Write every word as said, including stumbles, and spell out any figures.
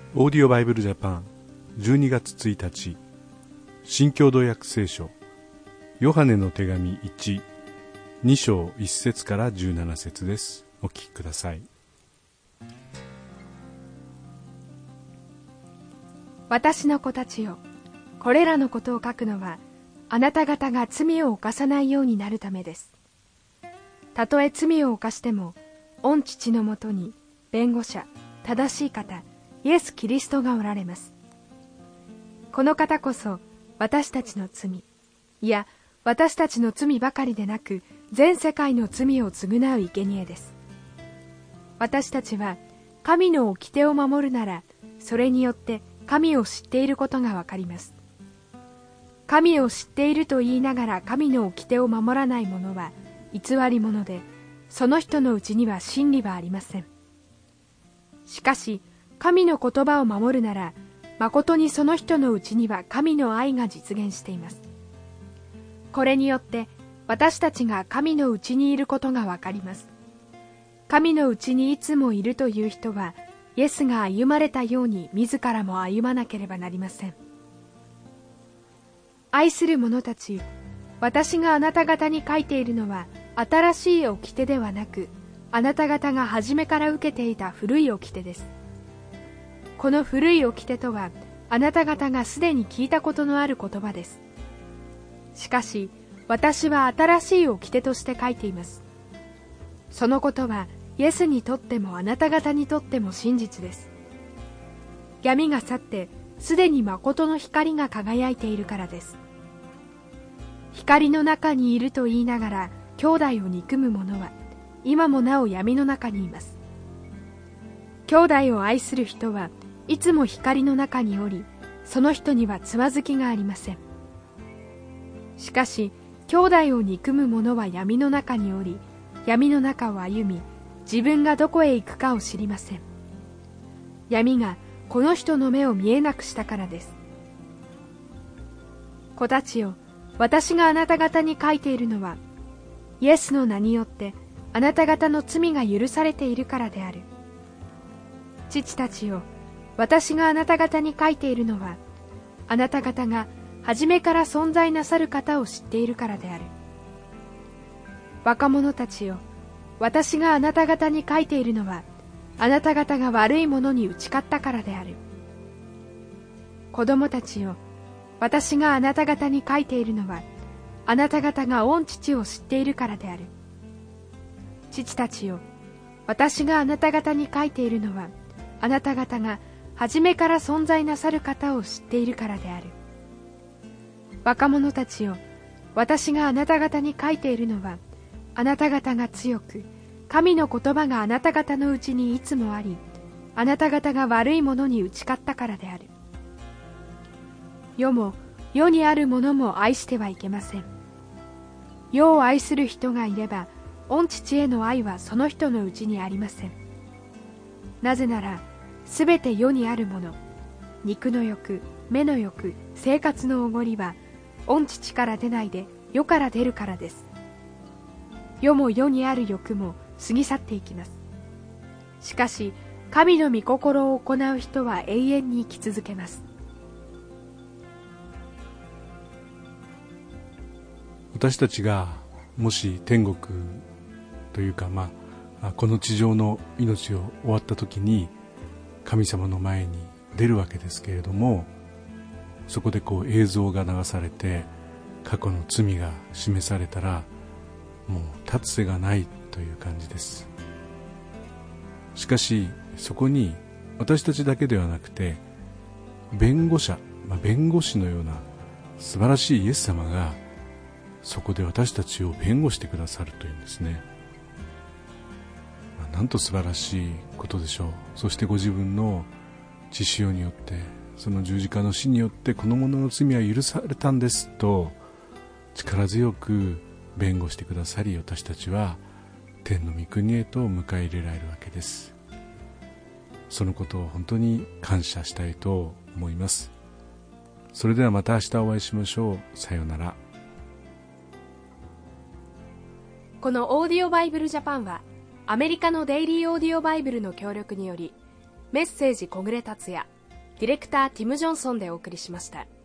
オーディオバイブルジャパンじゅうにがつついたち、新共同訳聖書ヨハネの手紙いち、に章いち節からじゅうなな節です。お聞きください。 私の子たちよ、これらのことを書くのはあなた方が罪を犯さないようになるためです。たとえ罪を犯しても、御父のもとに弁護者、正しい方、イエス・キリストがおられます。この方こそ私たちの罪、いや私たちの罪ばかりでなく全世界の罪を償う生贄です。私たちは神の掟を守るなら、それによって神を知っていることがわかります。神を知っていると言いながら神の掟を守らない者は偽り者で、その人のうちには真理はありません。しかし神の言葉を守るなら、誠にその人のうちには神の愛が実現しています。これによって私たちが神のうちにいることがわかります。神のうちにいつもいるという人は、イエスが歩まれたように自らも歩まなければなりません。愛する者たち、私があなた方に書いているのは新しい掟ではなく、あなた方が初めから受けていた古い掟です。この古い掟とは、あなた方がすでに聞いたことのある言葉です。しかし私は新しい掟として書いています。そのことはイエスにとってもあなた方にとっても真実です。闇が去ってすでに誠の光が輝いているからです。光の中にいると言いながら兄弟を憎む者は今もなお闇の中にいます。兄弟を愛する人はいつも光の中におり、その人にはつまずきがありません。しかし兄弟を憎む者は闇の中におり、闇の中を歩み、自分がどこへ行くかを知りません。闇がこの人の目を見えなくしたからです。子たちよ、私があなた方に書いているのは、イエスの名によってあなた方の罪が許されているからである。父たちよ、私があなた方に書いているのは、あなた方が初めから存在なさる方を知っているからである。若者たちよ、私があなた方に書いているのは、あなた方が悪いものに打ち勝ったからである。子供たちよ、私があなた方に書いているのは、あなた方が御父を知っているからである。父たちよ、私があなた方に書いているのは、あなた方が初めから存在なさる方を知っているからである。若者たちよ、私があなた方に書いているのは、あなた方が強く、神の言葉があなた方のうちにいつもあり、あなた方が悪いものに打ち勝ったからである。世も世にあるものも愛してはいけません。世を愛する人がいれば、御父への愛はその人のうちにありません。なぜなら、すべて世にあるもの、肉の欲、目の欲、生活のおごりは、御父から出ないで世から出るからです。世も世にある欲も過ぎ去っていきます。しかし、神の御心を行う人は永遠に生き続けます。 私たちがもし天国というか、まあ、この地上の命を終わった時に神様の前に出るわけですけれども、そこでこう映像が流されて過去の罪が示されたら、もう立つ瀬がないという感じです。しかしそこに私たちだけではなくて、弁護者、まあ、弁護士のような素晴らしいイエス様がそこで私たちを弁護してくださるというんですね。まあ、なんと素晴らしいことでしょう。そしてご自分の血潮によって、その十字架の死によってこの者の罪は許されたんですと力強く弁護してくださり、私たちは天の御国へと迎え入れられるわけです。そのことを本当に感謝したいと思います。それではまた明日お会いしましょう。さようなら。 このオーディオバイブルジャパンはアメリカのデイリーオーディオバイブルの協力により、メッセージ小暮達也、 ディレクターティム・ジョンソンでお送りしました。